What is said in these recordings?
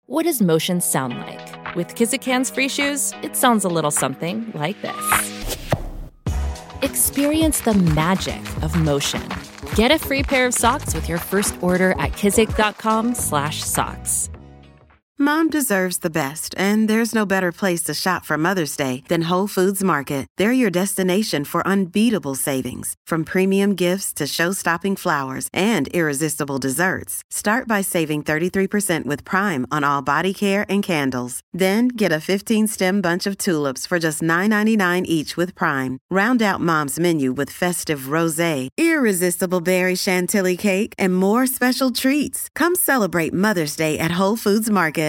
What does motion sound like? With Kizikans free shoes, it sounds a little something like this. Experience the magic of motion. Get a free pair of socks with your first order at kizik.com/socks. Mom deserves the best, and there's no better place to shop for Mother's Day than Whole Foods Market. They're your destination for unbeatable savings, from premium gifts to show-stopping flowers and irresistible desserts. Start by saving 33% with Prime on all body care and candles. Then get a 15-stem bunch of tulips for just $9.99 each with Prime. Round out Mom's menu with festive rosé, irresistible berry chantilly cake, and more special treats. Come celebrate Mother's Day at Whole Foods Market.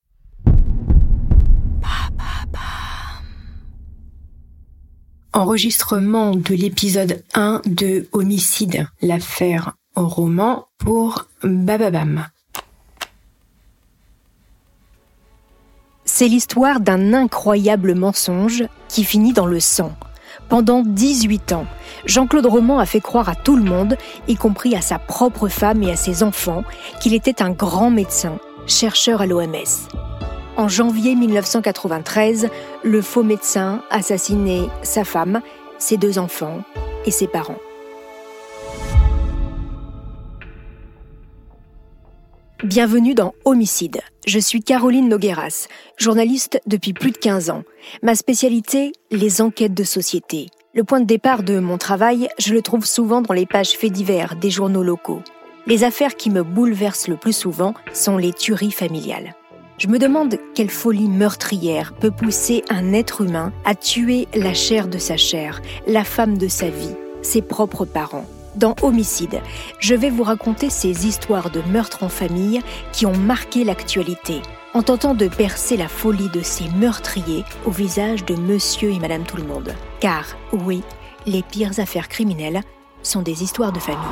Enregistrement de l'épisode 1 de Homicide, l'affaire au roman pour Bababam. C'est l'histoire d'un incroyable mensonge qui finit dans le sang. Pendant 18 ans, Jean-Claude Roman a fait croire à tout le monde, y compris à sa propre femme et à ses enfants, qu'il était un grand médecin, chercheur à l'OMS. En janvier 1993, le faux médecin assassinait sa femme, ses 2 enfants et ses parents. Bienvenue dans Homicide. Je suis Caroline Nogueras, journaliste depuis plus de 15 ans. Ma spécialité, les enquêtes de société. Le point de départ de mon travail, je le trouve souvent dans les pages faits divers des journaux locaux. Les affaires qui me bouleversent le plus souvent sont les tueries familiales. Je me demande quelle folie meurtrière peut pousser un être humain à tuer la chair de sa chair, la femme de sa vie, ses propres parents. Dans Homicide, je vais vous raconter ces histoires de meurtres en famille qui ont marqué l'actualité, en tentant de percer la folie de ces meurtriers au visage de monsieur et madame tout-le-monde. Car, oui, les pires affaires criminelles sont des histoires de famille.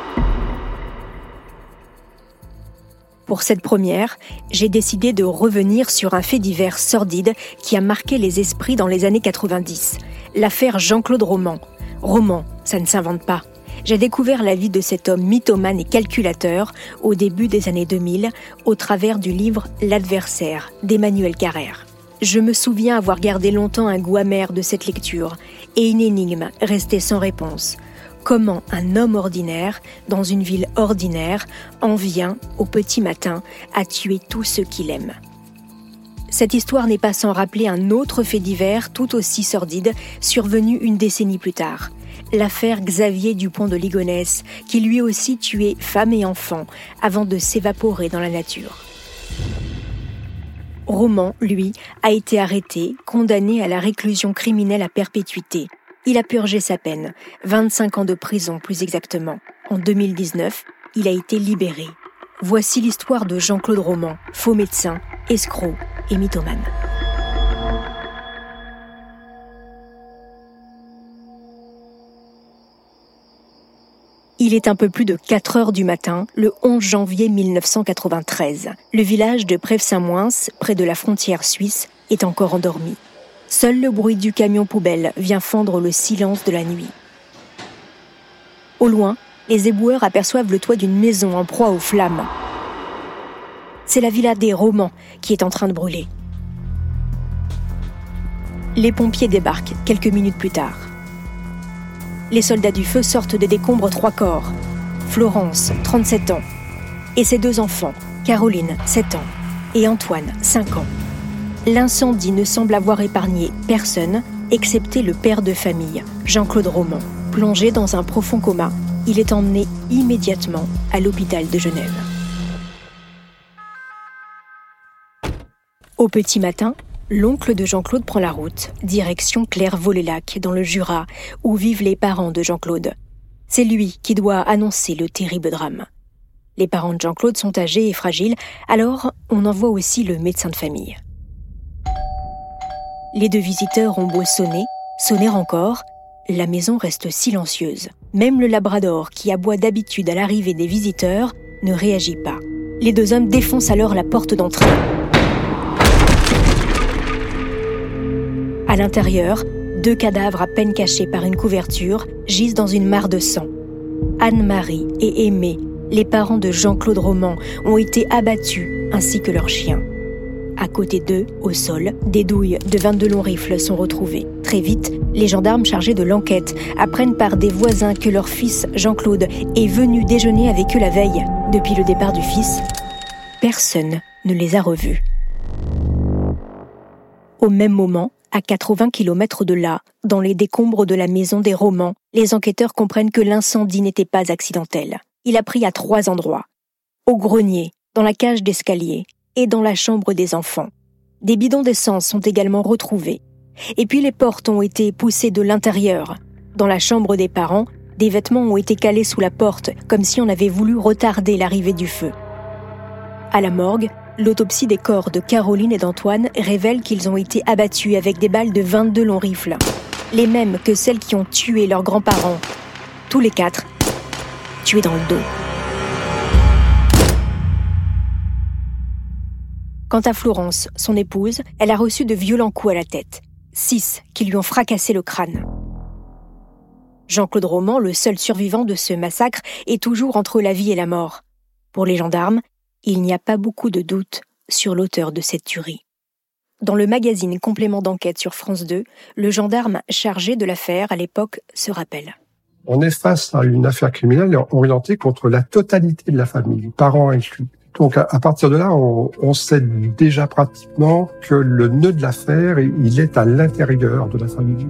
Pour cette première, j'ai décidé de revenir sur un fait divers sordide qui a marqué les esprits dans les années 90. L'affaire Jean-Claude Roman. Roman, ça ne s'invente pas. J'ai découvert la vie de cet homme mythomane et calculateur au début des années 2000 au travers du livre L'Adversaire d'Emmanuel Carrère. Je me souviens avoir gardé longtemps un goût amer de cette lecture et une énigme restée sans réponse. Comment un homme ordinaire, dans une ville ordinaire, en vient, au petit matin, à tuer tous ceux qu'il aime. Cette histoire n'est pas sans rappeler un autre fait divers tout aussi sordide, survenu une décennie plus tard. L'affaire Xavier Dupont de Ligonnès, qui lui aussi tuait femme et enfants avant de s'évaporer dans la nature. Roman, lui, a été arrêté, condamné à la réclusion criminelle à perpétuité. Il a purgé sa peine, 25 ans de prison plus exactement. En 2019, il a été libéré. Voici l'histoire de Jean-Claude Roman, faux médecin, escroc et mythomane. Il est un peu plus de 4 heures du matin, le 11 janvier 1993. Le village de Prèves-Saint-Moins, près de la frontière suisse, est encore endormi. Seul le bruit du camion poubelle vient fendre le silence de la nuit. Au loin, les éboueurs aperçoivent le toit d'une maison en proie aux flammes. C'est la villa des Romans qui est en train de brûler. Les pompiers débarquent quelques minutes plus tard. Les soldats du feu sortent des décombres 3 corps. Florence, 37 ans, et ses 2 enfants, Caroline, 7 ans, et Antoine, 5 ans. L'incendie ne semble avoir épargné personne, excepté le père de famille, Jean-Claude Roman. Plongé dans un profond coma, il est emmené immédiatement à l'hôpital de Genève. Au petit matin, l'oncle de Jean-Claude prend la route, direction Clairvaux-les-Lacs, dans le Jura, où vivent les parents de Jean-Claude. C'est lui qui doit annoncer le terrible drame. Les parents de Jean-Claude sont âgés et fragiles, alors on envoie aussi le médecin de famille. Les 2 visiteurs ont beau sonner encore, la maison reste silencieuse. Même le labrador, qui aboie d'habitude à l'arrivée des visiteurs, ne réagit pas. Les 2 hommes défoncent alors la porte d'entrée. À l'intérieur, 2 cadavres à peine cachés par une couverture gisent dans une mare de sang. Anne-Marie et Aimé, les parents de Jean-Claude Roman, ont été abattus, ainsi que leur chien. À côté d'eux, au sol, des douilles de 22 longs rifles sont retrouvées. Très vite, les gendarmes chargés de l'enquête apprennent par des voisins que leur fils, Jean-Claude, est venu déjeuner avec eux la veille. Depuis le départ du fils, personne ne les a revus. Au même moment, à 80 km de là, dans les décombres de la maison des Romans, les enquêteurs comprennent que l'incendie n'était pas accidentel. Il a pris à 3 endroits. Au grenier, dans la cage d'escalier et dans la chambre des enfants. Des bidons d'essence sont également retrouvés. Et puis les portes ont été poussées de l'intérieur. Dans la chambre des parents, des vêtements ont été calés sous la porte, comme si on avait voulu retarder l'arrivée du feu. À la morgue, l'autopsie des corps de Caroline et d'Antoine révèle qu'ils ont été abattus avec des balles de 22 longs rifles. Les mêmes que celles qui ont tué leurs grands-parents. Tous les 4, tués dans le dos. Quant à Florence, son épouse, elle a reçu de violents coups à la tête. 6 qui lui ont fracassé le crâne. Jean-Claude Roman, le seul survivant de ce massacre, est toujours entre la vie et la mort. Pour les gendarmes, il n'y a pas beaucoup de doutes sur l'auteur de cette tuerie. Dans le magazine Complément d'enquête sur France 2, le gendarme chargé de l'affaire à l'époque se rappelle. On est face à une affaire criminelle orientée contre la totalité de la famille, parents inclus. Donc à partir de là, on sait déjà pratiquement que le nœud de l'affaire, il est à l'intérieur de la famille.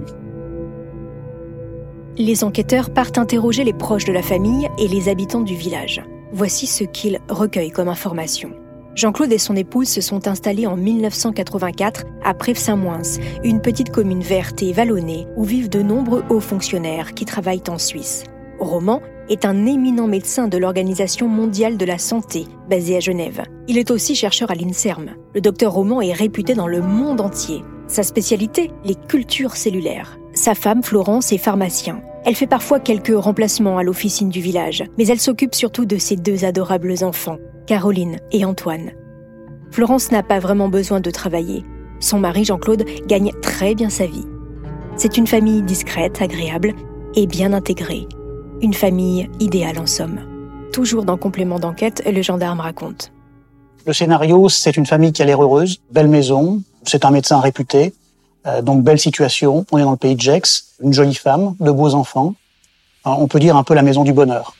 Les enquêteurs partent interroger les proches de la famille et les habitants du village. Voici ce qu'ils recueillent comme information. Jean-Claude et son épouse se sont installés en 1984 à Prèves-Saint-Moins, une petite commune verte et vallonnée où vivent de nombreux hauts fonctionnaires qui travaillent en Suisse. Roman est un éminent médecin de l'Organisation mondiale de la santé, basée à Genève. Il est aussi chercheur à l'INSERM. Le docteur Roman est réputé dans le monde entier. Sa spécialité, les cultures cellulaires. Sa femme, Florence, est pharmacien. Elle fait parfois quelques remplacements à l'officine du village, mais elle s'occupe surtout de ses 2 adorables enfants, Caroline et Antoine. Florence n'a pas vraiment besoin de travailler. Son mari, Jean-Claude, gagne très bien sa vie. C'est une famille discrète, agréable et bien intégrée. Une famille idéale en somme. Toujours dans Complément d'enquête, le gendarme raconte. Le scénario, c'est une famille qui a l'air heureuse, belle maison, c'est un médecin réputé, donc belle situation, on est dans le pays de Gex, une jolie femme, 2 beaux enfants, on peut dire un peu la maison du bonheur.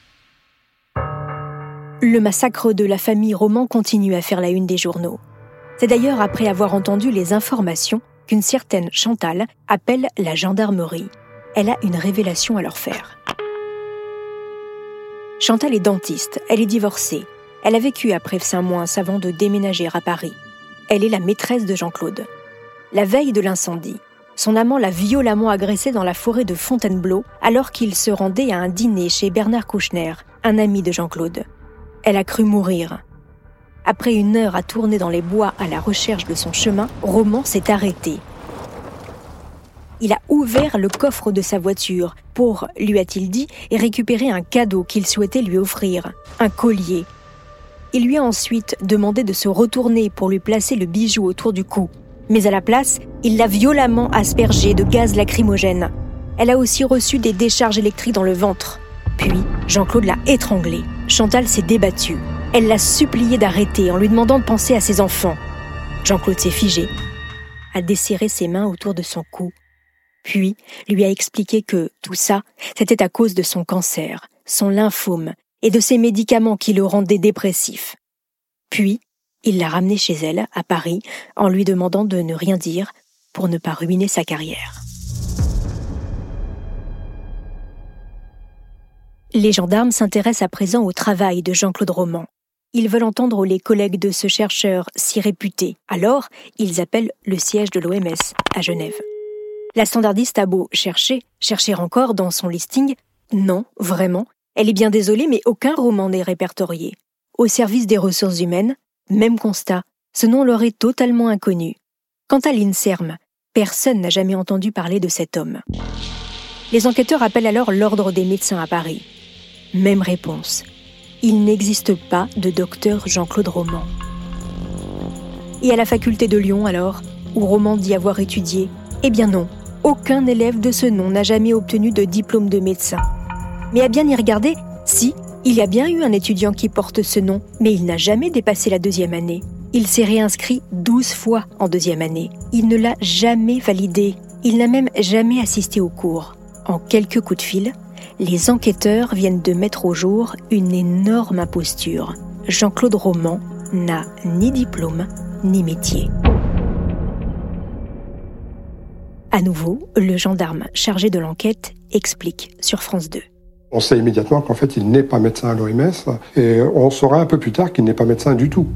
Le massacre de la famille Roman continue à faire la une des journaux. C'est d'ailleurs après avoir entendu les informations qu'une certaine Chantal appelle la gendarmerie. Elle a une révélation à leur faire. Chantal est dentiste, elle est divorcée. Elle a vécu à Prèves-Saint-Moins avant de déménager à Paris. Elle est la maîtresse de Jean-Claude. La veille de l'incendie, son amant l'a violemment agressée dans la forêt de Fontainebleau alors qu'il se rendait à un dîner chez Bernard Kouchner, un ami de Jean-Claude. Elle a cru mourir. Après 1 heure à tourner dans les bois à la recherche de son chemin, Roman s'est arrêté. Il a ouvert le coffre de sa voiture pour, lui a-t-il dit, récupérer un cadeau qu'il souhaitait lui offrir, un collier. Il lui a ensuite demandé de se retourner pour lui placer le bijou autour du cou. Mais à la place, il l'a violemment aspergée de gaz lacrymogène. Elle a aussi reçu des décharges électriques dans le ventre. Puis, Jean-Claude l'a étranglée. Chantal s'est débattue. Elle l'a supplié d'arrêter en lui demandant de penser à ses enfants. Jean-Claude s'est figé, a desserré ses mains autour de son cou. Puis, lui a expliqué que tout ça, c'était à cause de son cancer, son lymphome et de ses médicaments qui le rendaient dépressif. Puis, il l'a ramené chez elle, à Paris, en lui demandant de ne rien dire pour ne pas ruiner sa carrière. Les gendarmes s'intéressent à présent au travail de Jean-Claude Roman. Ils veulent entendre les collègues de ce chercheur si réputé. Alors, ils appellent le siège de l'OMS à Genève. La standardiste a beau chercher encore dans son listing. Non, vraiment, elle est bien désolée, mais aucun roman n'est répertorié. Au service des ressources humaines, même constat, ce nom leur est totalement inconnu. Quant à l'INSERM, personne n'a jamais entendu parler de cet homme. Les enquêteurs appellent alors l'ordre des médecins à Paris. Même réponse. Il n'existe pas de docteur Jean-Claude Roman. Et à la faculté de Lyon alors, où Roman dit avoir étudié, eh bien non, aucun élève de ce nom n'a jamais obtenu de diplôme de médecin. Mais à bien y regarder, si, il y a bien eu un étudiant qui porte ce nom, mais il n'a jamais dépassé la 2e année. Il s'est réinscrit 12 fois en deuxième année. Il ne l'a jamais validé. Il n'a même jamais assisté aux cours. En quelques coups de fil, les enquêteurs viennent de mettre au jour une énorme imposture. Jean-Claude Roman n'a ni diplôme, ni métier. À nouveau, le gendarme chargé de l'enquête explique sur France 2. On sait immédiatement qu'en fait, il n'est pas médecin à l'OMS et on saura un peu plus tard qu'il n'est pas médecin du tout.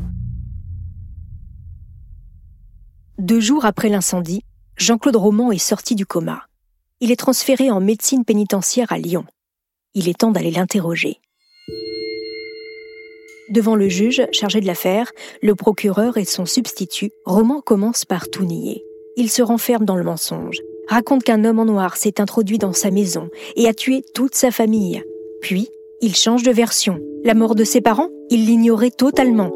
2 jours après l'incendie, Jean-Claude Roman est sorti du coma. Il est transféré en médecine pénitentiaire à Lyon. Il est temps d'aller l'interroger. Devant le juge chargé de l'affaire, le procureur et son substitut, Roman commence par tout nier. Il se renferme dans le mensonge, raconte qu'un homme en noir s'est introduit dans sa maison et a tué toute sa famille. Puis, il change de version. La mort de ses parents, il l'ignorait totalement.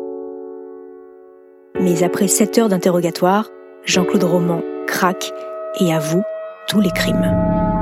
Mais après 7 heures d'interrogatoire, Jean-Claude Roman craque et avoue tous les crimes.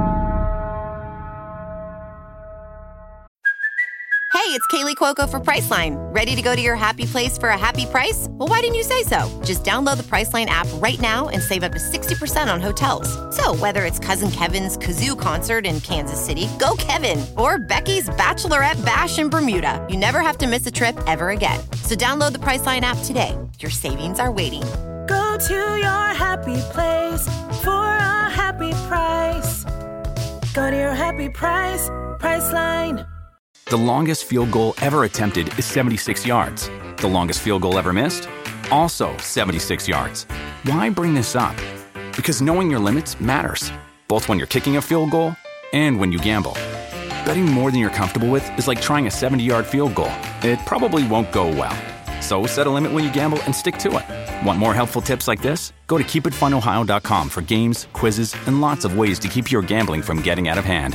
Hey, it's Kaylee Cuoco for Priceline. Ready to go to your happy place for a happy price? Well, why didn't you say so? Just download the Priceline app right now and save up to 60% on hotels. So whether it's Cousin Kevin's Kazoo Concert in Kansas City, go Kevin, or Becky's Bachelorette Bash in Bermuda, you never have to miss a trip ever again. So download the Priceline app today. Your savings are waiting. Go to your happy place for a happy price. Go to your happy price, Priceline. The longest field goal ever attempted is 76 yards. The longest field goal ever missed? Also 76 yards. Why bring this up? Because knowing your limits matters, both when you're kicking a field goal and when you gamble. Betting more than you're comfortable with is like trying a 70-yard field goal. It probably won't go well. So set a limit when you gamble and stick to it. Want more helpful tips like this? Go to keepitfunohio.com for games, quizzes, and lots of ways to keep your gambling from getting out of hand.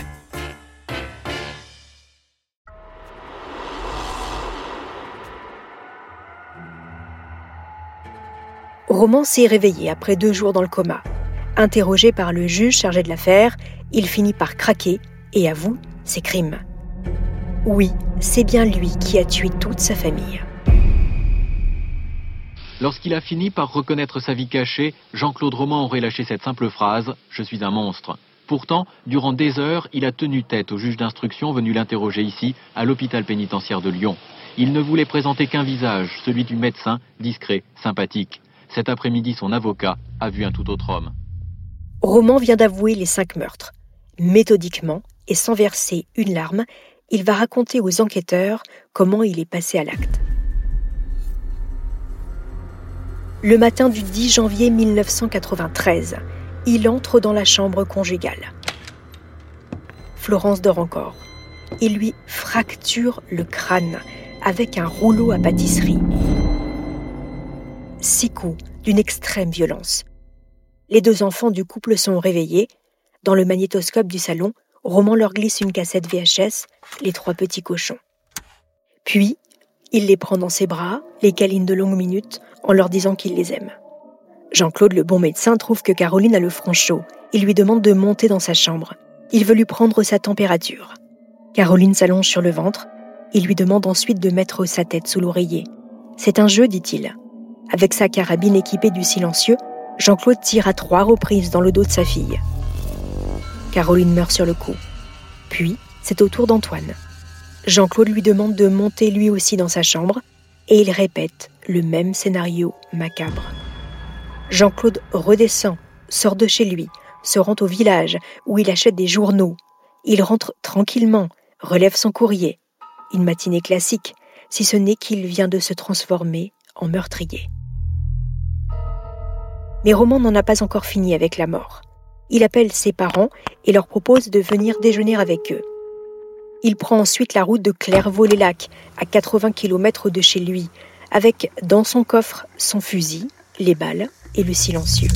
Roman s'est réveillé après 2 jours dans le coma. Interrogé par le juge chargé de l'affaire, il finit par craquer et avoue ses crimes. Oui, c'est bien lui qui a tué toute sa famille. Lorsqu'il a fini par reconnaître sa vie cachée, Jean-Claude Roman aurait lâché cette simple phrase « Je suis un monstre ». Pourtant, durant des heures, il a tenu tête au juge d'instruction venu l'interroger ici, à l'hôpital pénitentiaire de Lyon. Il ne voulait présenter qu'un visage, celui du médecin, discret, sympathique. Cet après-midi, son avocat a vu un tout autre homme. Roman vient d'avouer les 5 meurtres. Méthodiquement et sans verser une larme, il va raconter aux enquêteurs comment il est passé à l'acte. Le matin du 10 janvier 1993, il entre dans la chambre conjugale. Florence dort encore. Il lui fracture le crâne avec un rouleau à pâtisserie. 6 coups d'une extrême violence. Les 2 enfants du couple sont réveillés. Dans le magnétoscope du salon, Roman leur glisse une cassette VHS, Les 3 petits cochons. Puis, il les prend dans ses bras, les câline de longues minutes, en leur disant qu'il les aime. Jean-Claude, le bon médecin, trouve que Caroline a le front chaud. Il lui demande de monter dans sa chambre. Il veut lui prendre sa température. Caroline s'allonge sur le ventre. Il lui demande ensuite de mettre sa tête sous l'oreiller. C'est un jeu, dit-il. Avec sa carabine équipée du silencieux, Jean-Claude tire à 3 reprises dans le dos de sa fille. Caroline meurt sur le coup. Puis, c'est au tour d'Antoine. Jean-Claude lui demande de monter lui aussi dans sa chambre et il répète le même scénario macabre. Jean-Claude redescend, sort de chez lui, se rend au village où il achète des journaux. Il rentre tranquillement, relève son courrier. Une matinée classique, si ce n'est qu'il vient de se transformer en meurtrier. Mais Roman n'en a pas encore fini avec la mort. Il appelle ses parents et leur propose de venir déjeuner avec eux. Il prend ensuite la route de Clairvaux-les-Lacs, à 80 km de chez lui, avec dans son coffre son fusil, les balles et le silencieux.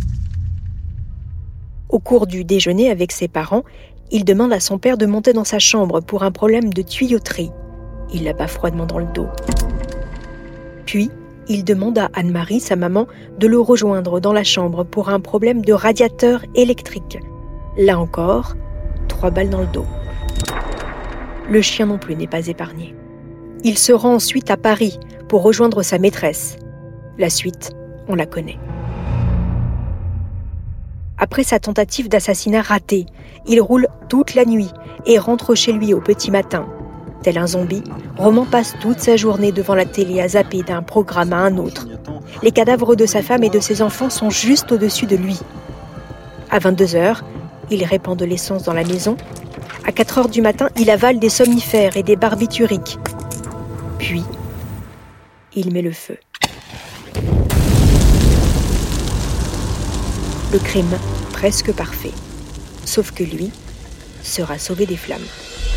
Au cours du déjeuner avec ses parents, il demande à son père de monter dans sa chambre pour un problème de tuyauterie. Il la bat froidement dans le dos. Puis, il demande à Anne-Marie, sa maman, de le rejoindre dans la chambre pour un problème de radiateur électrique. Là encore, 3 balles dans le dos. Le chien non plus n'est pas épargné. Il se rend ensuite à Paris pour rejoindre sa maîtresse. La suite, on la connaît. Après sa tentative d'assassinat ratée, il roule toute la nuit et rentre chez lui au petit matin. Tel un zombie, Roman passe toute sa journée devant la télé à zapper d'un programme à un autre. Les cadavres de sa femme et de ses enfants sont juste au-dessus de lui. À 22h, il répand de l'essence dans la maison. À 4h du matin, il avale des somnifères et des barbituriques. Puis, il met le feu. Le crime presque parfait. Sauf que lui sera sauvé des flammes.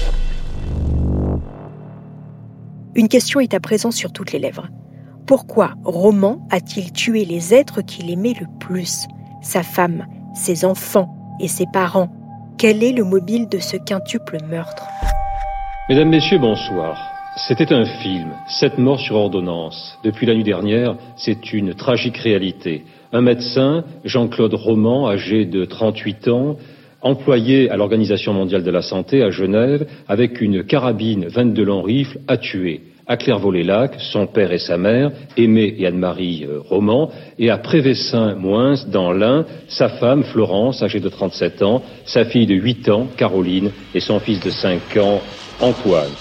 Une question est à présent sur toutes les lèvres. Pourquoi Roman a-t-il tué les êtres qu'il aimait le plus ? Sa femme, ses enfants et ses parents. Quel est le mobile de ce quintuple meurtre ? Mesdames, Messieurs, bonsoir. C'était un film, 7 morts sur ordonnance. Depuis la nuit dernière, c'est une tragique réalité. Un médecin, Jean-Claude Roman, âgé de 38 ans, employé à l'Organisation mondiale de la santé à Genève, avec une carabine 22 longs rifles, a tué à Clairvaux-les-Lacs son père et sa mère, Aimé et Anne-Marie Roman, et à Prévessin-Moins, dans l'Ain, sa femme Florence, âgée de 37 ans, sa fille de 8 ans, Caroline, et son fils de 5 ans, Antoine.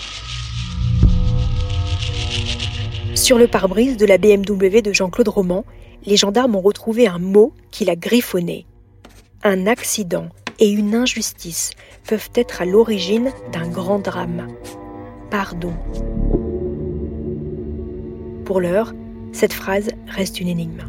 Sur le pare-brise de la BMW de Jean-Claude Roman, les gendarmes ont retrouvé un mot qu'il a griffonné. Un accident et une injustice peuvent être à l'origine d'un grand drame. Pardon. Pour l'heure, cette phrase reste une énigme.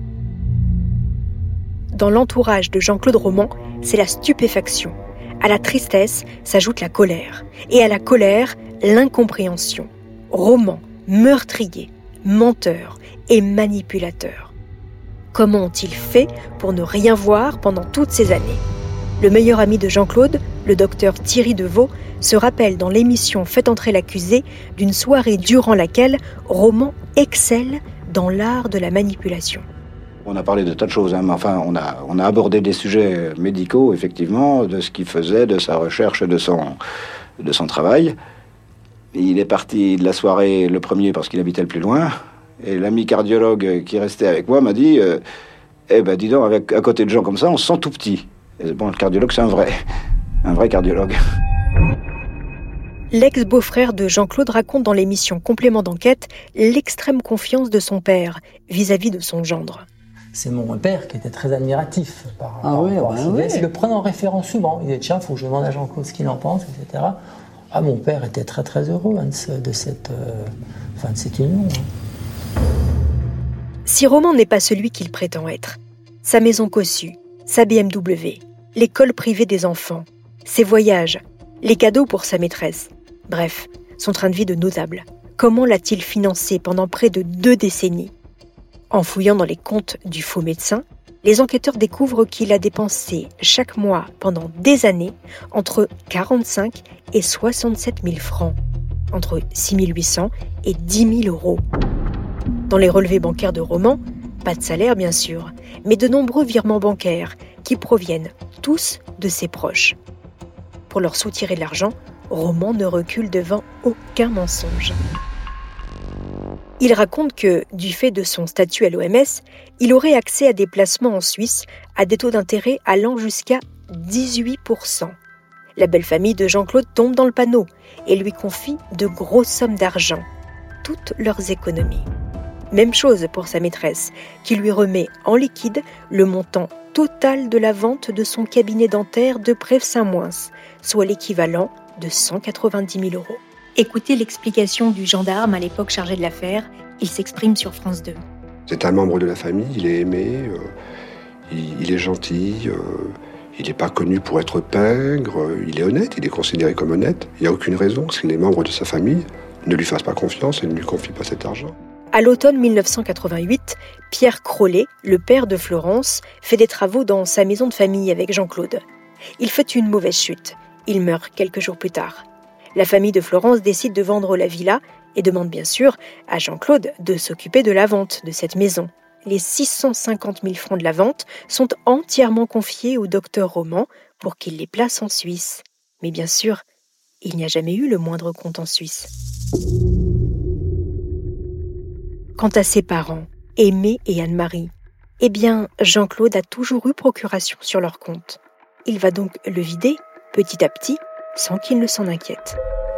Dans l'entourage de Jean-Claude Roman, c'est la stupéfaction. À la tristesse s'ajoute la colère. Et à la colère, l'incompréhension. Roman, meurtrier, menteur et manipulateur. Comment ont-ils fait pour ne rien voir pendant toutes ces années ? Le meilleur ami de Jean-Claude, le docteur Thierry Deveau, se rappelle dans l'émission Faites entrer l'accusé d'une soirée durant laquelle Roman excelle dans l'art de la manipulation. On a parlé de tas de choses, mais enfin, on a abordé des sujets médicaux, effectivement, de ce qu'il faisait, de sa recherche, de son travail. Il est parti de la soirée le premier parce qu'il habitait le plus loin. Et l'ami cardiologue qui restait avec moi m'a dit dis donc, à côté de gens comme ça, on se sent tout petit. Et bon, le cardiologue, c'est un vrai cardiologue. L'ex-beau-frère de Jean-Claude raconte dans l'émission Complément d'enquête l'extrême confiance de son père vis-à-vis de son gendre. C'est mon père qui était très admiratif par rapport à Sylvestre. Il le prenait en référence souvent. Il dit tiens, il faut que je demande à Jean-Claude ce qu'il en pense, etc. Ah, mon père était très très heureux de cette union. Si Roman n'est pas celui qu'il prétend être, sa maison cossue, sa BMW, l'école privée des enfants, ses voyages, les cadeaux pour sa maîtresse, bref, son train de vie de notable. Comment l'a-t-il financé pendant près de 2 décennies ? En fouillant dans les comptes du faux médecin, les enquêteurs découvrent qu'il a dépensé chaque mois pendant des années entre 45 et 67 000 francs, entre 6 800 et 10 000 euros. Dans les relevés bancaires de Roman, pas de salaire bien sûr, mais de nombreux virements bancaires qui proviennent tous de ses proches. Pour leur soutirer de l'argent, Roman ne recule devant aucun mensonge. Il raconte que, du fait de son statut à l'OMS, il aurait accès à des placements en Suisse à des taux d'intérêt allant jusqu'à 18%. La belle famille de Jean-Claude tombe dans le panneau et lui confie de grosses sommes d'argent, toutes leurs économies. Même chose pour sa maîtresse, qui lui remet en liquide le montant total de la vente de son cabinet dentaire de Prévessin-Moins, soit l'équivalent de 190 000 euros. Écoutez l'explication du gendarme à l'époque chargé de l'affaire. Il s'exprime sur France 2. C'est un membre de la famille, il est aimé, il est gentil, il n'est pas connu pour être pingre, il est honnête, il est considéré comme honnête. Il n'y a aucune raison que les membres de sa famille ne lui fassent pas confiance et ne lui confient pas cet argent. À l'automne 1988, Pierre Crollet, le père de Florence, fait des travaux dans sa maison de famille avec Jean-Claude. Il fait une mauvaise chute. Il meurt quelques jours plus tard. La famille de Florence décide de vendre la villa et demande bien sûr à Jean-Claude de s'occuper de la vente de cette maison. Les 650 000 francs de la vente sont entièrement confiés au docteur Roman pour qu'il les place en Suisse. Mais bien sûr, il n'y a jamais eu le moindre compte en Suisse. Quant à ses parents Aimé et Anne-Marie. Eh bien, Jean-Claude a toujours eu procuration sur leur compte. Il va donc le vider, petit à petit, sans qu'il ne s'en inquiète.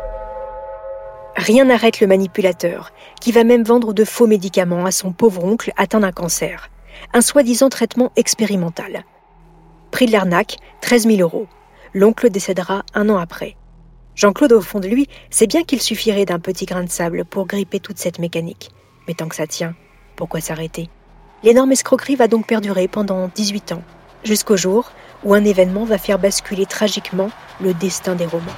Rien n'arrête le manipulateur, qui va même vendre de faux médicaments à son pauvre oncle atteint d'un cancer. Un soi-disant traitement expérimental. Prix de l'arnaque, 13 000 €. L'oncle décédera 1 an après. Jean-Claude, au fond de lui, sait bien qu'il suffirait d'un petit grain de sable pour gripper toute cette mécanique. Mais tant que ça tient, pourquoi s'arrêter ? L'énorme escroquerie va donc perdurer pendant 18 ans, jusqu'au jour où un événement va faire basculer tragiquement le destin des Romans.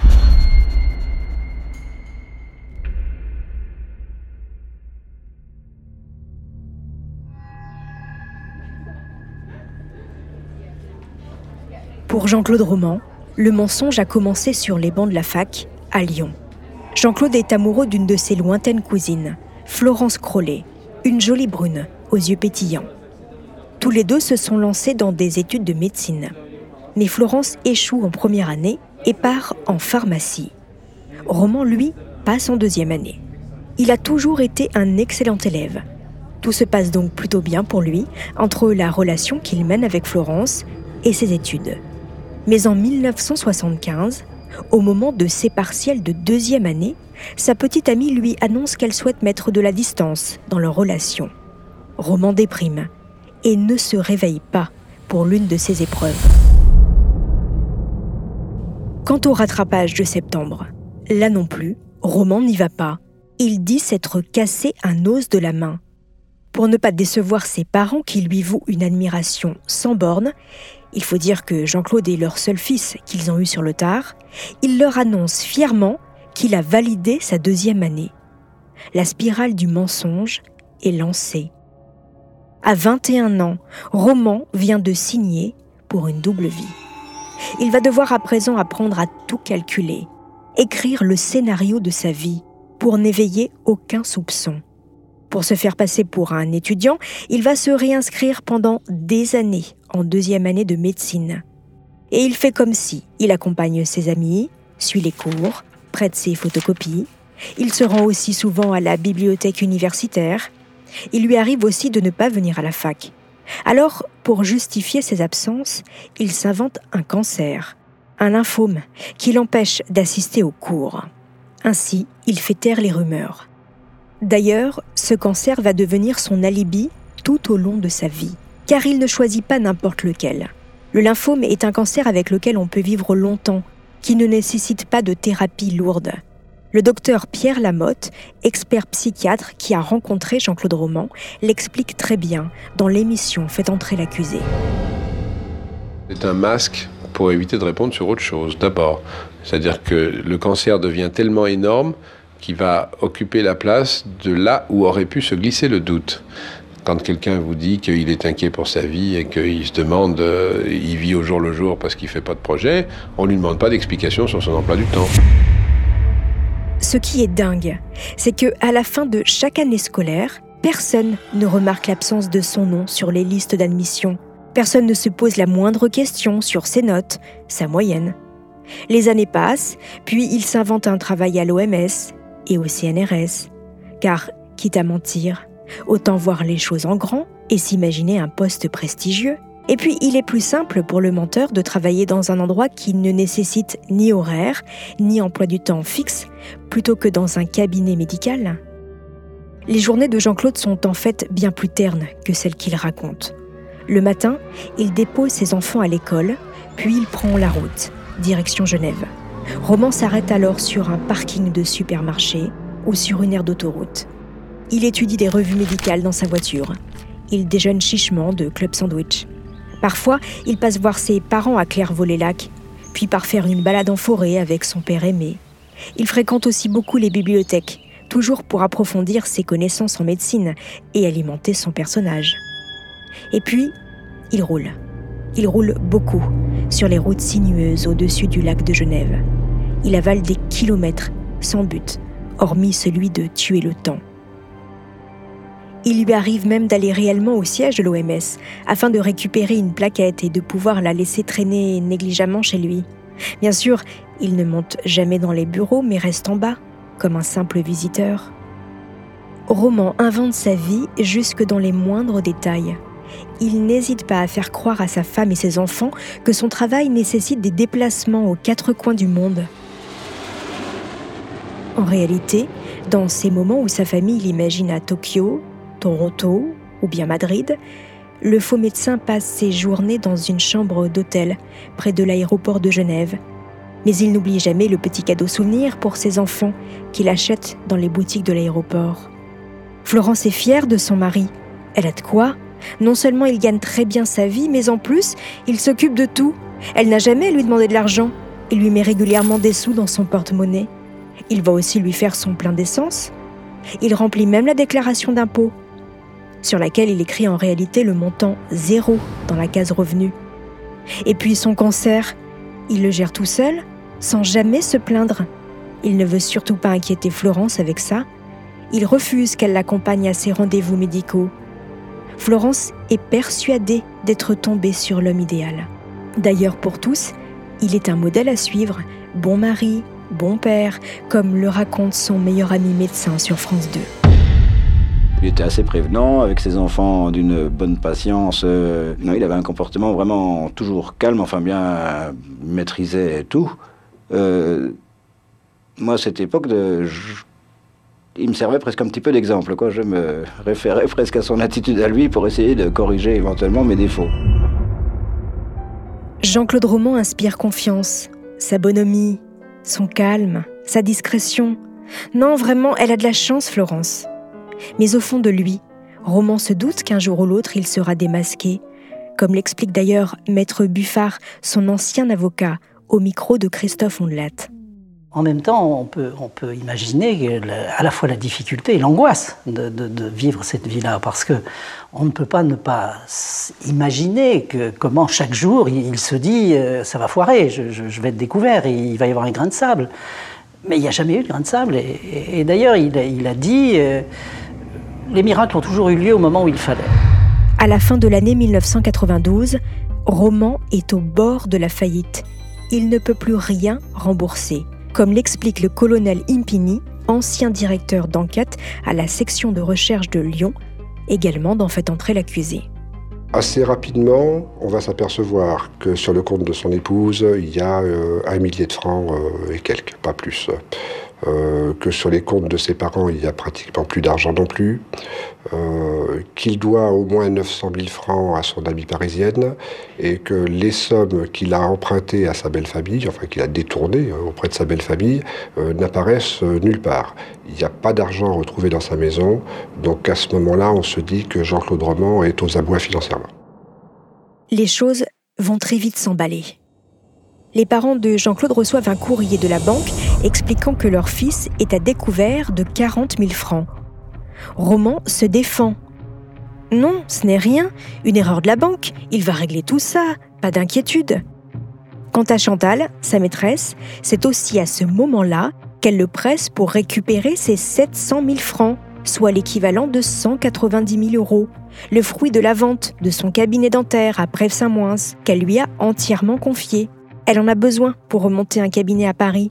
Pour Jean-Claude Roman, le mensonge a commencé sur les bancs de la fac, à Lyon. Jean-Claude est amoureux d'une de ses lointaines cousines, Florence Crollet, une jolie brune, aux yeux pétillants. Tous les deux se sont lancés dans des études de médecine. Mais Florence échoue en première année et part en pharmacie. Roman, lui, passe en deuxième année. Il a toujours été un excellent élève. Tout se passe donc plutôt bien pour lui, entre la relation qu'il mène avec Florence et ses études. Mais en 1975, au moment de ses partiels de deuxième année, sa petite amie lui annonce qu'elle souhaite mettre de la distance dans leur relation. Roman déprime et ne se réveille pas pour l'une de ses épreuves. Quant au rattrapage de septembre, là non plus, Roman n'y va pas. Il dit s'être cassé un os de la main. Pour ne pas décevoir ses parents qui lui vouent une admiration sans borne, il faut dire que Jean-Claude est leur seul fils qu'ils ont eu sur le tard, il leur annonce fièrement qu'il a validé sa deuxième année. La spirale du mensonge est lancée. À 21 ans, Roman vient de signer pour une double vie. Il va devoir à présent apprendre à tout calculer, écrire le scénario de sa vie pour n'éveiller aucun soupçon. Pour se faire passer pour un étudiant, il va se réinscrire pendant des années en deuxième année de médecine. Et il fait comme si il accompagne ses amis, suit les cours, prête ses photocopies. Il se rend aussi souvent à la bibliothèque universitaire. Il lui arrive aussi de ne pas venir à la fac. Alors, pour justifier ses absences, il s'invente un cancer, un lymphome, qui l'empêche d'assister aux cours. Ainsi, il fait taire les rumeurs. D'ailleurs, ce cancer va devenir son alibi tout au long de sa vie, car il ne choisit pas n'importe lequel. Le lymphome est un cancer avec lequel on peut vivre longtemps, qui ne nécessite pas de thérapie lourde. Le docteur Pierre Lamotte, expert psychiatre qui a rencontré Jean-Claude Roman, l'explique très bien dans l'émission Faites entrer l'accusé. C'est un masque pour éviter de répondre sur autre chose, d'abord. C'est-à-dire que le cancer devient tellement énorme qu'il va occuper la place de là où aurait pu se glisser le doute. Quand quelqu'un vous dit qu'il est inquiet pour sa vie et qu'il se demande, il vit au jour le jour parce qu'il ne fait pas de projet, on ne lui demande pas d'explication sur son emploi du temps. Ce qui est dingue, c'est qu'à la fin de chaque année scolaire, personne ne remarque l'absence de son nom sur les listes d'admission. Personne ne se pose la moindre question sur ses notes, sa moyenne. Les années passent, puis il s'invente un travail à l'OMS et au CNRS. Car, quitte à mentir, autant voir les choses en grand et s'imaginer un poste prestigieux. Et puis, il est plus simple pour le menteur de travailler dans un endroit qui ne nécessite ni horaire, ni emploi du temps fixe, plutôt que dans un cabinet médical. Les journées de Jean-Claude sont en fait bien plus ternes que celles qu'il raconte. Le matin, il dépose ses enfants à l'école, puis il prend la route, direction Genève. Roman s'arrête alors sur un parking de supermarché ou sur une aire d'autoroute. Il étudie des revues médicales dans sa voiture. Il déjeune chichement de club sandwich. Parfois, il passe voir ses parents à Clairvaux-les-Lacs, puis part faire une balade en forêt avec son père aimé. Il fréquente aussi beaucoup les bibliothèques, toujours pour approfondir ses connaissances en médecine et alimenter son personnage. Et puis, il roule. Il roule beaucoup sur les routes sinueuses au-dessus du lac de Genève. Il avale des kilomètres sans but, hormis celui de tuer le temps. Il lui arrive même d'aller réellement au siège de l'OMS afin de récupérer une plaquette et de pouvoir la laisser traîner négligemment chez lui. Bien sûr, il ne monte jamais dans les bureaux mais reste en bas, comme un simple visiteur. Roman invente sa vie jusque dans les moindres détails. Il n'hésite pas à faire croire à sa femme et ses enfants que son travail nécessite des déplacements aux quatre coins du monde. En réalité, dans ces moments où sa famille l'imagine à Tokyo, Toronto ou bien Madrid, le faux médecin passe ses journées dans une chambre d'hôtel près de l'aéroport de Genève. Mais il n'oublie jamais le petit cadeau souvenir pour ses enfants qu'il achète dans les boutiques de l'aéroport. Florence est fière de son mari. Elle a de quoi. Non seulement il gagne très bien sa vie, mais en plus, il s'occupe de tout. Elle n'a jamais à lui demander de l'argent. Il lui met régulièrement des sous dans son porte-monnaie. Il va aussi lui faire son plein d'essence. Il remplit même la déclaration d'impôt, sur laquelle il écrit en réalité le montant 0 dans la case revenus. Et puis son cancer, il le gère tout seul, sans jamais se plaindre. Il ne veut surtout pas inquiéter Florence avec ça. Il refuse qu'elle l'accompagne à ses rendez-vous médicaux. Florence est persuadée d'être tombée sur l'homme idéal. D'ailleurs, pour tous, il est un modèle à suivre, bon mari, bon père, comme le raconte son meilleur ami médecin sur France 2. Il était assez prévenant, avec ses enfants d'une bonne patience. Non, il avait un comportement vraiment toujours calme, enfin bien maîtrisait tout. Moi, à cette époque, il me servait presque un petit peu d'exemple, quoi. Je me référais presque à son attitude à lui pour essayer de corriger éventuellement mes défauts. Jean-Claude Roman inspire confiance, sa bonhomie, son calme, sa discrétion. Non, vraiment, elle a de la chance, Florence. Mais au fond de lui, Roman se doute qu'un jour ou l'autre, il sera démasqué, comme l'explique d'ailleurs Maître Buffard, son ancien avocat, au micro de Christophe Ondelat. En même temps, on peut imaginer à la fois la difficulté et l'angoisse de vivre cette vie-là, parce que on ne peut pas ne pas imaginer comment chaque jour il se dit ça va foirer, je vais être découvert, il va y avoir un grain de sable. Mais il n'y a jamais eu de grain de sable. Et d'ailleurs, il a dit les miracles ont toujours eu lieu au moment où il fallait. À la fin de l'année 1992, Roman est au bord de la faillite. Il ne peut plus rien rembourser, comme l'explique le colonel Impini, ancien directeur d'enquête à la section de recherche de Lyon, également d'en fait entrer l'accusé. Assez rapidement, on va s'apercevoir que sur le compte de son épouse, il y a 1 millier de francs et quelques, pas plus. Que sur les comptes de ses parents, il n'y a pratiquement plus d'argent non plus. Qu'il doit au moins 900 000 francs à son amie parisienne et que les sommes qu'il a empruntées à sa belle-famille, enfin qu'il a détournées auprès de sa belle-famille, n'apparaissent nulle part. Il n'y a pas d'argent retrouvé dans sa maison, donc à ce moment-là, on se dit que Jean-Claude Roman est aux abois financièrement. Les choses vont très vite s'emballer. Les parents de Jean-Claude reçoivent un courrier de la banque expliquant que leur fils est à découvert de 40 000 francs. Roman se défend. Non, ce n'est rien, une erreur de la banque, il va régler tout ça, pas d'inquiétude. Quant à Chantal, sa maîtresse, c'est aussi à ce moment-là qu'elle le presse pour récupérer ses 700 000 francs, soit l'équivalent de 190 000 €, le fruit de la vente de son cabinet dentaire à Prèves-Saint-Moins, qu'elle lui a entièrement confié. Elle en a besoin pour remonter un cabinet à Paris.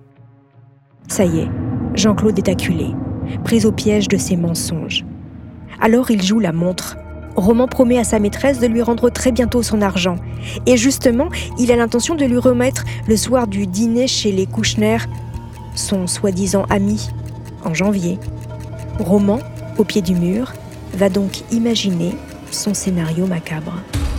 Ça y est, Jean-Claude est acculé, pris au piège de ses mensonges. Alors il joue la montre. Roman promet à sa maîtresse de lui rendre très bientôt son argent. Et justement, il a l'intention de lui remettre le soir du dîner chez les Kouchner, son soi-disant ami, en janvier. Roman, au pied du mur, va donc imaginer son scénario macabre.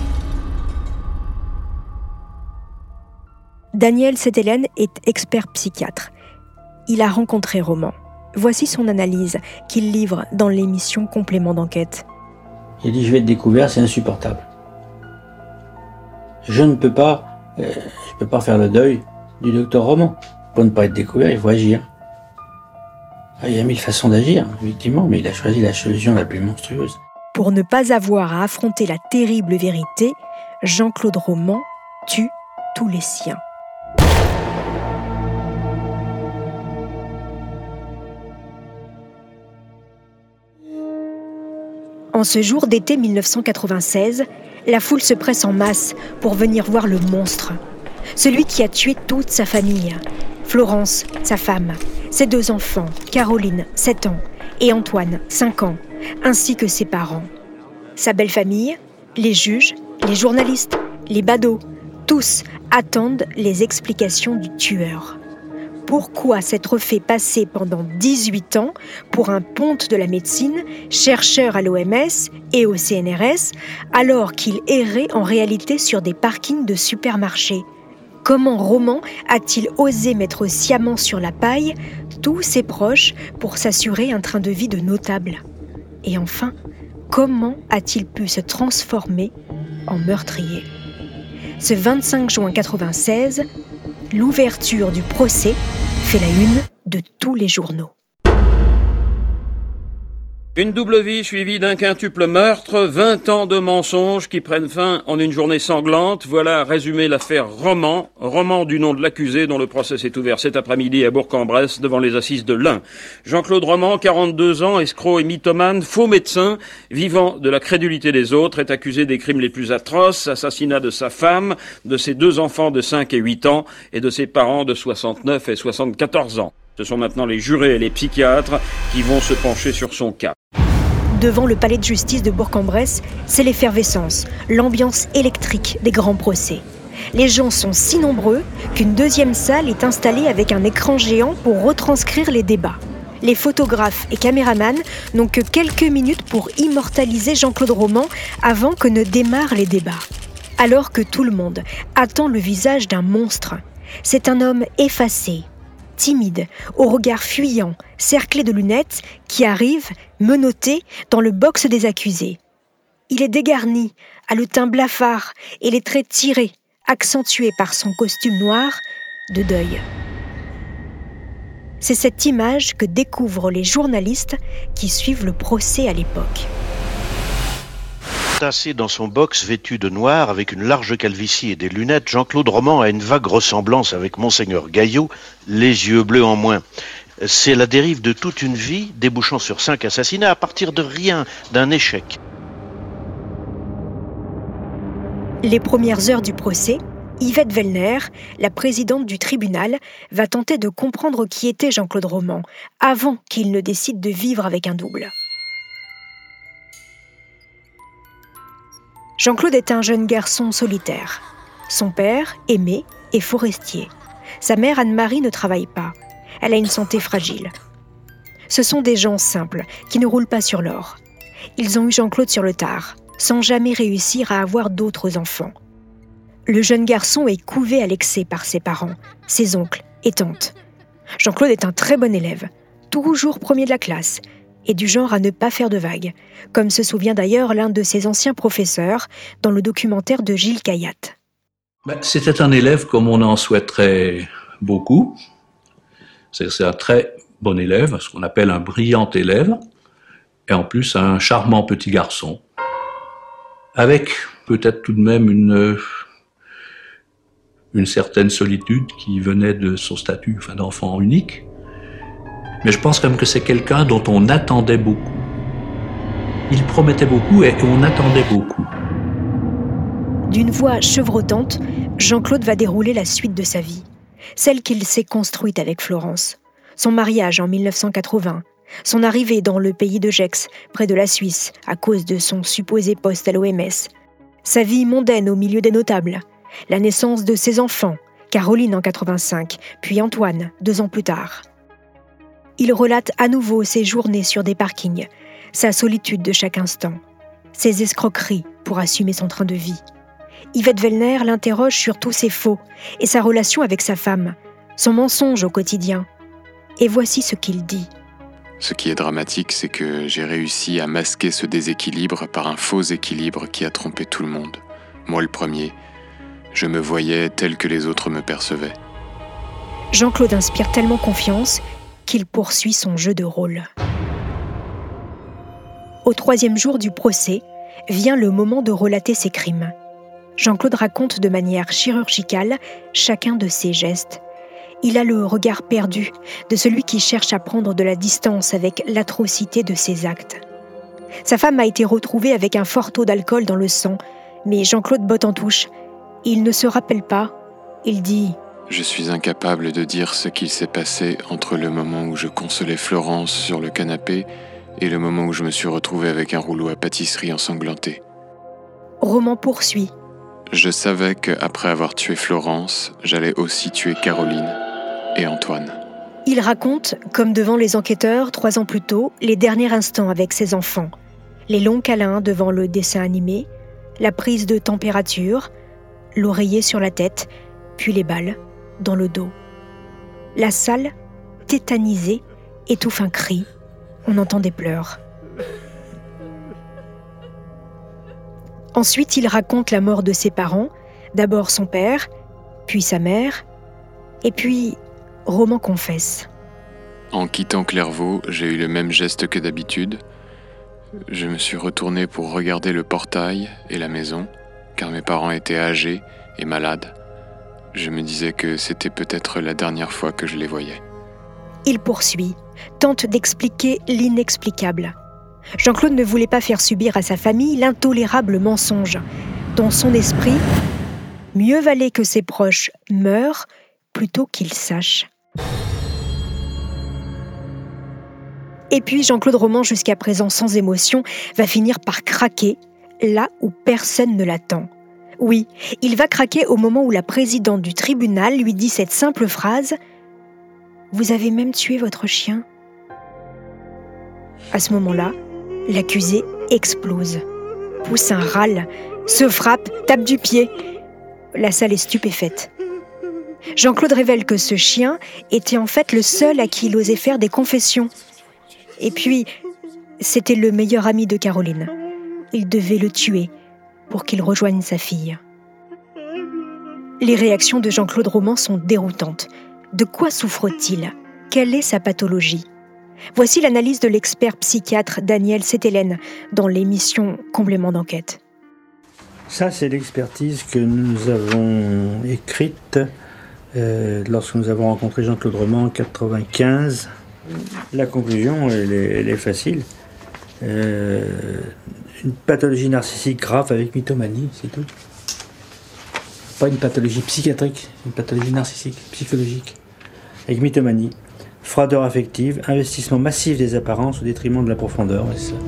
Daniel Setelen est expert psychiatre. Il a rencontré Roman. Voici son analyse qu'il livre dans l'émission Complément d'enquête. Il dit, je vais être découvert, c'est insupportable. Je ne peux pas faire le deuil du docteur Roman. Pour ne pas être découvert, il faut agir. Il y a 1000 façons d'agir, effectivement, mais il a choisi la solution la plus monstrueuse. Pour ne pas avoir à affronter la terrible vérité, Jean-Claude Roman tue tous les siens. En ce jour d'été 1996, la foule se presse en masse pour venir voir le monstre. Celui qui a tué toute sa famille. Florence, sa femme, ses 2 enfants, Caroline, 7 ans, et Antoine, 5 ans, ainsi que ses parents. Sa belle famille, les juges, les journalistes, les badauds, tous attendent les explications du tueur. Pourquoi s'être fait passer pendant 18 ans pour un ponte de la médecine, chercheur à l'OMS et au CNRS, alors qu'il errait en réalité sur des parkings de supermarchés ? Comment Roman a-t-il osé mettre sciemment sur la paille tous ses proches pour s'assurer un train de vie de notable ? Et enfin, comment a-t-il pu se transformer en meurtrier ? Ce 25 juin 1996, l'ouverture du procès fait la une de tous les journaux. Une double vie suivie d'un quintuple meurtre, 20 ans de mensonges qui prennent fin en une journée sanglante. Voilà résumé l'affaire Roman du nom de l'accusé dont le procès s'est ouvert cet après-midi à Bourg-en-Bresse devant les assises de l'Ain. Jean-Claude Roman, 42 ans, escroc et mythomane, faux médecin, vivant de la crédulité des autres, est accusé des crimes les plus atroces, assassinat de sa femme, de ses 2 enfants de 5 et 8 ans et de ses parents de 69 et 74 ans. Ce sont maintenant les jurés et les psychiatres qui vont se pencher sur son cas. Devant le palais de justice de Bourg-en-Bresse, c'est l'effervescence, l'ambiance électrique des grands procès. Les gens sont si nombreux qu'une deuxième salle est installée avec un écran géant pour retranscrire les débats. Les photographes et caméramans n'ont que quelques minutes pour immortaliser Jean-Claude Roman avant que ne démarrent les débats. Alors que tout le monde attend le visage d'un monstre, c'est un homme effacé, timide, au regard fuyant, cerclé de lunettes, qui arrive, menotté, dans le box des accusés. Il est dégarni, a le teint blafard et les traits tirés, accentués par son costume noir de deuil. C'est cette image que découvrent les journalistes qui suivent le procès à l'époque. Tassé dans son box vêtu de noir avec une large calvitie et des lunettes, Jean-Claude Roman a une vague ressemblance avec Monseigneur Gaillot, les yeux bleus en moins. C'est la dérive de toute une vie, débouchant sur 5 assassinats à partir de rien, d'un échec. Les premières heures du procès, Yvette Vellner, la présidente du tribunal, va tenter de comprendre qui était Jean-Claude Roman avant qu'il ne décide de vivre avec un double. Jean-Claude est un jeune garçon solitaire. Son père, Aimé, est forestier. Sa mère, Anne-Marie, ne travaille pas. Elle a une santé fragile. Ce sont des gens simples, qui ne roulent pas sur l'or. Ils ont eu Jean-Claude sur le tard, sans jamais réussir à avoir d'autres enfants. Le jeune garçon est couvé à l'excès par ses parents, ses oncles et tantes. Jean-Claude est un très bon élève, toujours premier de la classe, et du genre à ne pas faire de vagues, comme se souvient d'ailleurs l'un de ses anciens professeurs dans le documentaire de Gilles Cayatte. C'était un élève comme on en souhaiterait beaucoup. C'est un très bon élève, ce qu'on appelle un brillant élève, et en plus un charmant petit garçon, avec peut-être tout de même une certaine solitude qui venait de son statut d'enfant unique. Mais je pense quand même que c'est quelqu'un dont on attendait beaucoup. Il promettait beaucoup et on attendait beaucoup. D'une voix chevrotante, Jean-Claude va dérouler la suite de sa vie. Celle qu'il s'est construite avec Florence. Son mariage en 1980. Son arrivée dans le pays de Gex, près de la Suisse, à cause de son supposé poste à l'OMS. Sa vie mondaine au milieu des notables. La naissance de ses enfants, Caroline en 85, puis Antoine, 2 ans plus tard. Il relate à nouveau ses journées sur des parkings, sa solitude de chaque instant, ses escroqueries pour assumer son train de vie. Yvette Vellner l'interroge sur tous ses faux et sa relation avec sa femme, son mensonge au quotidien. Et voici ce qu'il dit. Ce qui est dramatique, c'est que j'ai réussi à masquer ce déséquilibre par un faux équilibre qui a trompé tout le monde. Moi le premier, je me voyais tel que les autres me percevaient. Jean-Claude inspire tellement confiance qu'il poursuit son jeu de rôle. Au 3e jour du procès, vient le moment de relater ses crimes. Jean-Claude raconte de manière chirurgicale chacun de ses gestes. Il a le regard perdu de celui qui cherche à prendre de la distance avec l'atrocité de ses actes. Sa femme a été retrouvée avec un fort taux d'alcool dans le sang, mais Jean-Claude botte en touche. Il ne se rappelle pas. Il dit « Je suis incapable de dire ce qu'il s'est passé entre le moment où je consolais Florence sur le canapé et le moment où je me suis retrouvé avec un rouleau à pâtisserie ensanglanté. Roman poursuit. Je savais qu'après avoir tué Florence, j'allais aussi tuer Caroline et Antoine. Il raconte, comme devant les enquêteurs 3 ans plus tôt, les derniers instants avec ses enfants. Les longs câlins devant le dessin animé, la prise de température, l'oreiller sur la tête, puis les balles dans le dos. La salle, tétanisée, étouffe un cri. On entend des pleurs. Ensuite, il raconte la mort de ses parents, d'abord son père, puis sa mère, et puis Roman confesse. En quittant Clairvaux, j'ai eu le même geste que d'habitude. Je me suis retourné pour regarder le portail et la maison, car mes parents étaient âgés et malades. Je me disais que c'était peut-être la dernière fois que je les voyais. Il poursuit, tente d'expliquer l'inexplicable. Jean-Claude ne voulait pas faire subir à sa famille l'intolérable mensonge. Dans son esprit, mieux valait que ses proches meurent plutôt qu'ils sachent. Et puis Jean-Claude Roman, jusqu'à présent sans émotion, va finir par craquer là où personne ne l'attend. Oui, il va craquer au moment où la présidente du tribunal lui dit cette simple phrase « Vous avez même tué votre chien ?» À ce moment-là, l'accusé explose, pousse un râle, se frappe, tape du pied. La salle est stupéfaite. Jean-Claude révèle que ce chien était en fait le seul à qui il osait faire des confessions. Et puis, c'était le meilleur ami de Caroline. Il devait le tuer pour qu'il rejoigne sa fille. Les réactions de Jean-Claude Roman sont déroutantes. De quoi souffre-t-il ? Quelle est sa pathologie ? Voici l'analyse de l'expert psychiatre Daniel Setelen dans l'émission Complément d'enquête. Ça, c'est l'expertise que nous avons écrite lorsque nous avons rencontré Jean-Claude Roman en 1995. La conclusion, elle est facile. Une pathologie narcissique grave avec mythomanie, c'est tout. Pas une pathologie psychiatrique, une pathologie narcissique, psychologique, avec mythomanie. Froideur affective, investissement massif des apparences au détriment de la profondeur. C'est ça.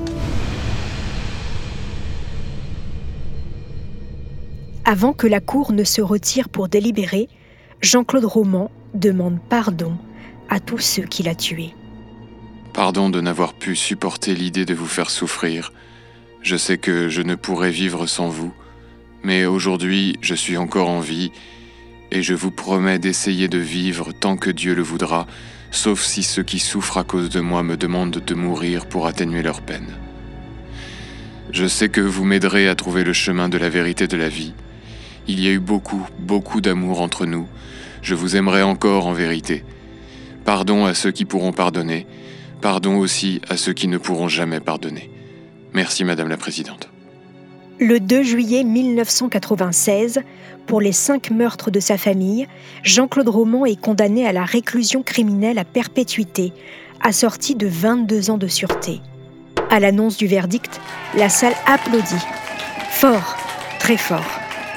Avant que la cour ne se retire pour délibérer, Jean-Claude Roman demande pardon à tous ceux qu'il a tués. Pardon de n'avoir pu supporter l'idée de vous faire souffrir. Je sais que je ne pourrais vivre sans vous, mais aujourd'hui je suis encore en vie et je vous promets d'essayer de vivre tant que Dieu le voudra, sauf si ceux qui souffrent à cause de moi me demandent de mourir pour atténuer leur peine. Je sais que vous m'aiderez à trouver le chemin de la vérité de la vie. Il y a eu beaucoup d'amour entre nous. Je vous aimerai encore en vérité. Pardon à ceux qui pourront pardonner. Pardon aussi à ceux qui ne pourront jamais pardonner. Merci Madame la Présidente. Le 2 juillet 1996, pour les 5 meurtres de sa famille, Jean-Claude Roman est condamné à la réclusion criminelle à perpétuité, assorti de 22 ans de sûreté. À l'annonce du verdict, la salle applaudit. Fort, très fort.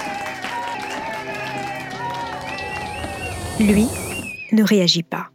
Lui ne réagit pas.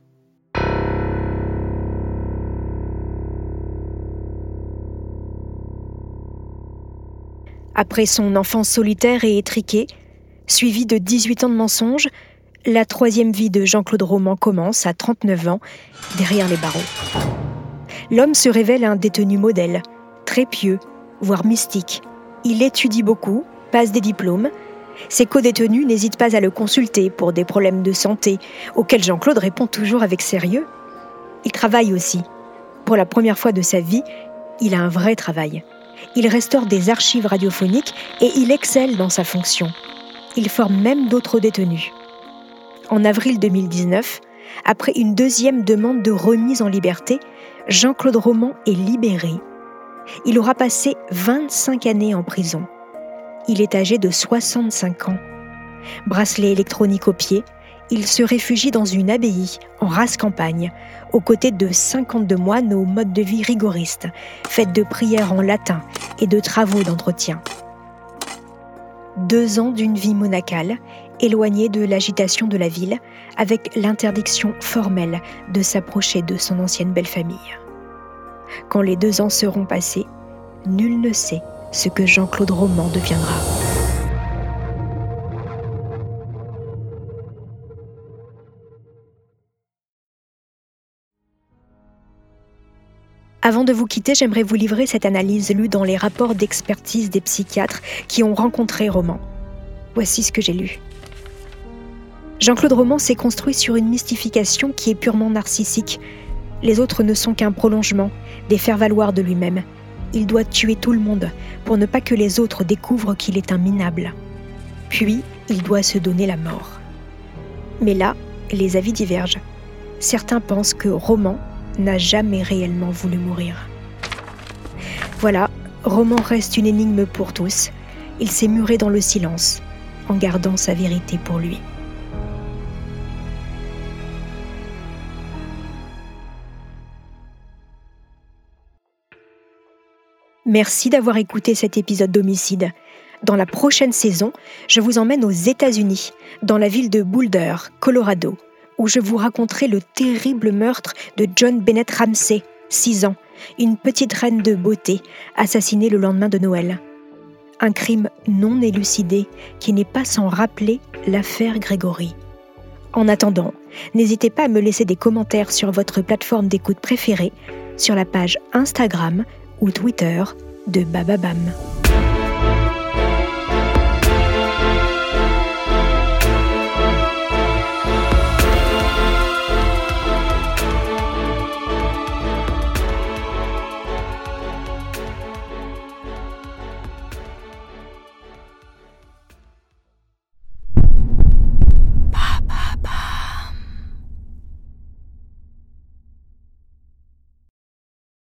Après son enfance solitaire et étriquée, suivie de 18 ans de mensonges, la 3e vie de Jean-Claude Roman commence à 39 ans, derrière les barreaux. L'homme se révèle un détenu modèle, très pieux, voire mystique. Il étudie beaucoup, passe des diplômes. Ses co-détenus n'hésitent pas à le consulter pour des problèmes de santé, auxquels Jean-Claude répond toujours avec sérieux. Il travaille aussi. Pour la première fois de sa vie, il a un vrai travail. Il restaure des archives radiophoniques et il excelle dans sa fonction. Il forme même d'autres détenus. En avril 2019, après une 2e demande de remise en liberté, Jean-Claude Roman est libéré. Il aura passé 25 années en prison. Il est âgé de 65 ans. Bracelet électronique au pied, il se réfugie dans une abbaye en rase campagne, aux côtés de 52 moines au mode de vie rigoriste, faite de prières en latin et de travaux d'entretien. 2 ans d'une vie monacale, éloigné de l'agitation de la ville, avec l'interdiction formelle de s'approcher de son ancienne belle famille. quand les 2 ans seront passés, nul ne sait ce que Jean-Claude Roman deviendra. Avant de vous quitter, j'aimerais vous livrer cette analyse lue dans les rapports d'expertise des psychiatres qui ont rencontré Roman. Voici ce que j'ai lu. Jean-Claude Roman s'est construit sur une mystification qui est purement narcissique. Les autres ne sont qu'un prolongement, des faire-valoir de lui-même. Il doit tuer tout le monde pour ne pas que les autres découvrent qu'il est un minable. Puis, il doit se donner la mort. Mais là, les avis divergent. Certains pensent que Roman n'a jamais réellement voulu mourir. Voilà, Roman reste une énigme pour tous. Il s'est muré dans le silence, en gardant sa vérité pour lui. Merci d'avoir écouté cet épisode d'Homicide. Dans la prochaine saison, je vous emmène aux États-Unis, dans la ville de Boulder, Colorado, où je vous raconterai le terrible meurtre de John Bennett Ramsey, 6 ans, une petite reine de beauté, assassinée le lendemain de Noël. Un crime non élucidé qui n'est pas sans rappeler l'affaire Grégory. En attendant, n'hésitez pas à me laisser des commentaires sur votre plateforme d'écoute préférée, sur la page Instagram ou Twitter de Bababam.